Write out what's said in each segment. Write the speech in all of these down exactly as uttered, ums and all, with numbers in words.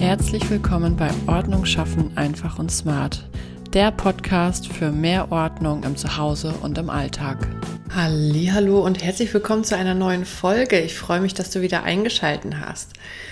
Herzlich willkommen bei Ordnung schaffen, einfach und smart. Der Podcast für mehr Ordnung im Zuhause und im Alltag. Hallihallo und herzlich willkommen zu einer neuen Folge. Ich freue mich, dass du wieder eingeschaltet hast.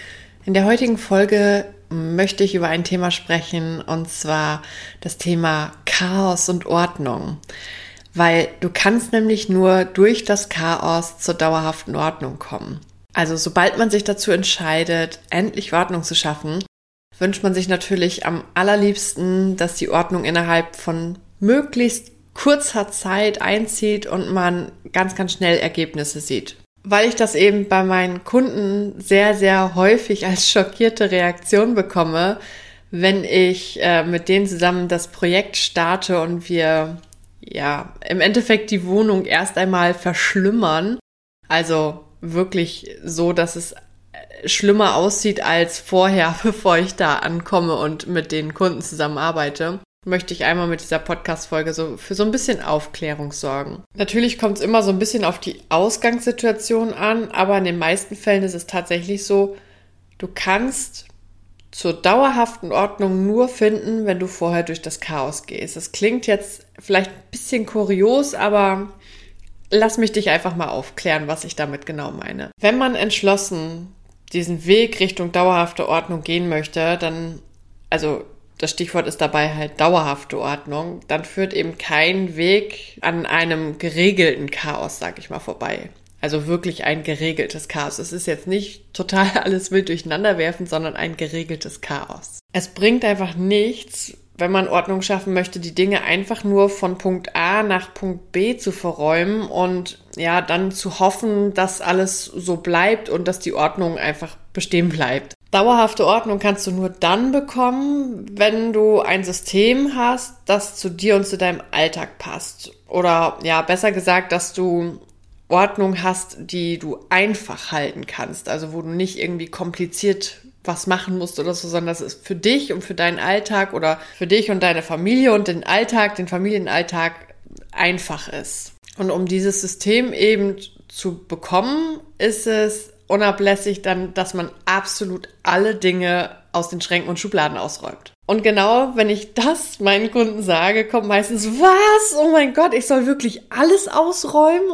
In der heutigen Folge möchte ich über ein Thema sprechen, und zwar das Thema Chaos und Ordnung. Weil du kannst nämlich nur durch das Chaos zur dauerhaften Ordnung kommen. Also sobald man sich dazu entscheidet, endlich Ordnung zu schaffen, wünscht man sich natürlich am allerliebsten, dass die Ordnung innerhalb von möglichst kurzer Zeit einzieht und man ganz, ganz schnell Ergebnisse sieht. Weil ich das eben bei meinen Kunden sehr, sehr häufig als schockierte Reaktion bekomme, wenn ich äh, mit denen zusammen das Projekt starte und wir ja im Endeffekt die Wohnung erst einmal verschlimmern, also wirklich so, dass es schlimmer aussieht als vorher, bevor ich da ankomme und mit den Kunden zusammenarbeite, möchte ich einmal mit dieser Podcast-Folge so für so ein bisschen Aufklärung sorgen. Natürlich kommt es immer so ein bisschen auf die Ausgangssituation an, aber in den meisten Fällen ist es tatsächlich so, du kannst zur dauerhaften Ordnung nur finden, wenn du vorher durch das Chaos gehst. Das klingt jetzt vielleicht ein bisschen kurios, aber lass mich dich einfach mal aufklären, was ich damit genau meine. Wenn man entschlossen diesen Weg Richtung dauerhafte Ordnung gehen möchte, dann, also das Stichwort ist dabei halt dauerhafte Ordnung, dann führt eben kein Weg an einem geregelten Chaos, sag ich mal, vorbei. Also wirklich ein geregeltes Chaos. Es ist jetzt nicht total alles wild durcheinander werfen, sondern ein geregeltes Chaos. Es bringt einfach nichts, wenn man Ordnung schaffen möchte, die Dinge einfach nur von Punkt A nach Punkt B zu verräumen und ja, dann zu hoffen, dass alles so bleibt und dass die Ordnung einfach bestehen bleibt. Dauerhafte Ordnung kannst du nur dann bekommen, wenn du ein System hast, das zu dir und zu deinem Alltag passt. Oder ja, besser gesagt, dass du Ordnung hast, die du einfach halten kannst. Also wo du nicht irgendwie kompliziert was machen musst oder so, sondern das ist für dich und für deinen Alltag oder für dich und deine Familie und den Alltag, den Familienalltag einfach ist. Und um dieses System eben zu bekommen, ist es unablässig dann, dass man absolut alle Dinge aus den Schränken und Schubladen ausräumt. Und genau, wenn ich das meinen Kunden sage, kommt meistens, was? Oh mein Gott, ich soll wirklich alles ausräumen?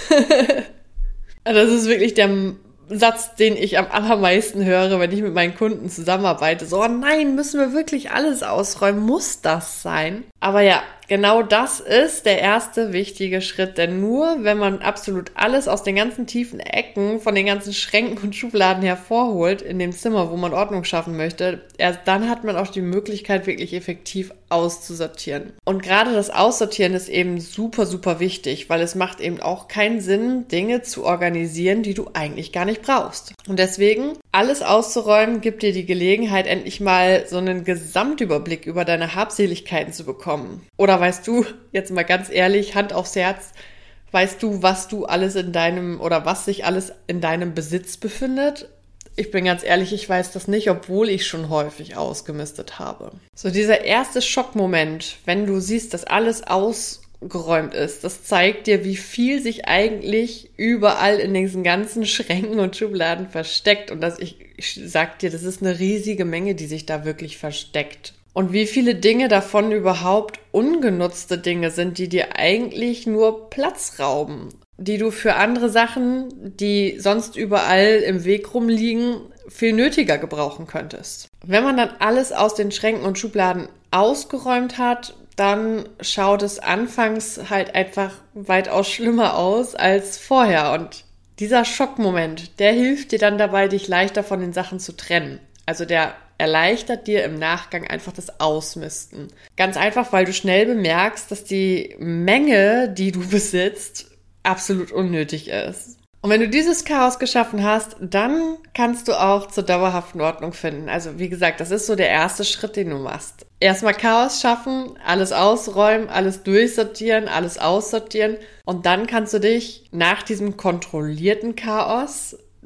Das ist wirklich der Satz, den ich am allermeisten höre, wenn ich mit meinen Kunden zusammenarbeite. So, oh nein, müssen wir wirklich alles ausräumen? Muss das sein? Aber ja, genau das ist der erste wichtige Schritt, denn nur wenn man absolut alles aus den ganzen tiefen Ecken, von den ganzen Schränken und Schubladen hervorholt in dem Zimmer, wo man Ordnung schaffen möchte, erst dann hat man auch die Möglichkeit, wirklich effektiv auszusortieren. Und gerade das Aussortieren ist eben super, super wichtig, weil es macht eben auch keinen Sinn, Dinge zu organisieren, die du eigentlich gar nicht brauchst. Und deswegen, alles auszuräumen, gibt dir die Gelegenheit, endlich mal so einen Gesamtüberblick über deine Habseligkeiten zu bekommen. Oder weißt du, jetzt mal ganz ehrlich, Hand aufs Herz, weißt du, was du alles in deinem oder was sich alles in deinem Besitz befindet? Ich bin ganz ehrlich, ich weiß das nicht, obwohl ich schon häufig ausgemistet habe. So dieser erste Schockmoment, wenn du siehst, dass alles ausgeräumt ist, das zeigt dir, wie viel sich eigentlich überall in diesen ganzen Schränken und Schubladen versteckt. Und das, ich, ich sag dir, das ist eine riesige Menge, die sich da wirklich versteckt. Und wie viele Dinge davon überhaupt ungenutzte Dinge sind, die dir eigentlich nur Platz rauben, die du für andere Sachen, die sonst überall im Weg rumliegen, viel nötiger gebrauchen könntest. Wenn man dann alles aus den Schränken und Schubladen ausgeräumt hat, dann schaut es anfangs halt einfach weitaus schlimmer aus als vorher. Und dieser Schockmoment, der hilft dir dann dabei, dich leichter von den Sachen zu trennen. Also der erleichtert dir im Nachgang einfach das Ausmisten. Ganz einfach, weil du schnell bemerkst, dass die Menge, die du besitzt, absolut unnötig ist. Und wenn du dieses Chaos geschaffen hast, dann kannst du auch zur dauerhaften Ordnung finden. Also wie gesagt, das ist so der erste Schritt, den du machst. Erstmal Chaos schaffen, alles ausräumen, alles durchsortieren, alles aussortieren. Und dann kannst du dich nach diesem kontrollierten Chaos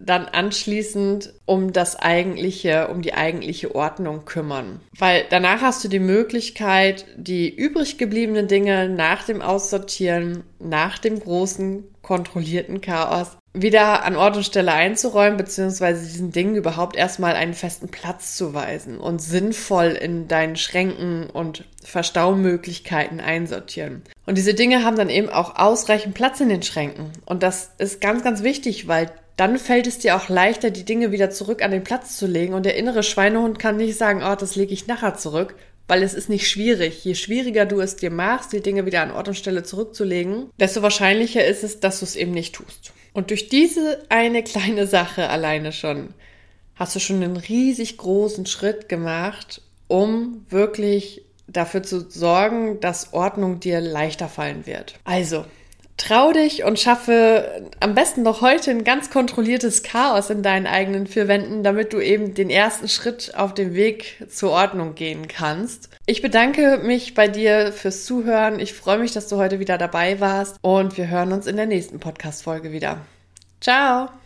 dann anschließend um das eigentliche, um die eigentliche Ordnung kümmern. Weil danach hast du die Möglichkeit, die übrig gebliebenen Dinge nach dem Aussortieren, nach dem großen, kontrollierten Chaos wieder an Ort und Stelle einzuräumen, beziehungsweise diesen Dingen überhaupt erstmal einen festen Platz zu weisen und sinnvoll in deinen Schränken und Verstaumöglichkeiten einsortieren. Und diese Dinge haben dann eben auch ausreichend Platz in den Schränken. Und das ist ganz, ganz wichtig, weil dann fällt es dir auch leichter, die Dinge wieder zurück an den Platz zu legen. Und der innere Schweinehund kann nicht sagen, oh, das lege ich nachher zurück, weil es ist nicht schwierig. Je schwieriger du es dir machst, die Dinge wieder an Ort und Stelle zurückzulegen, desto wahrscheinlicher ist es, dass du es eben nicht tust. Und durch diese eine kleine Sache alleine schon hast du schon einen riesig großen Schritt gemacht, um wirklich dafür zu sorgen, dass Ordnung dir leichter fallen wird. Also, trau dich und schaffe am besten noch heute ein ganz kontrolliertes Chaos in deinen eigenen vier Wänden, damit du eben den ersten Schritt auf dem Weg zur Ordnung gehen kannst. Ich bedanke mich bei dir fürs Zuhören. Ich freue mich, dass du heute wieder dabei warst und wir hören uns in der nächsten Podcast-Folge wieder. Ciao!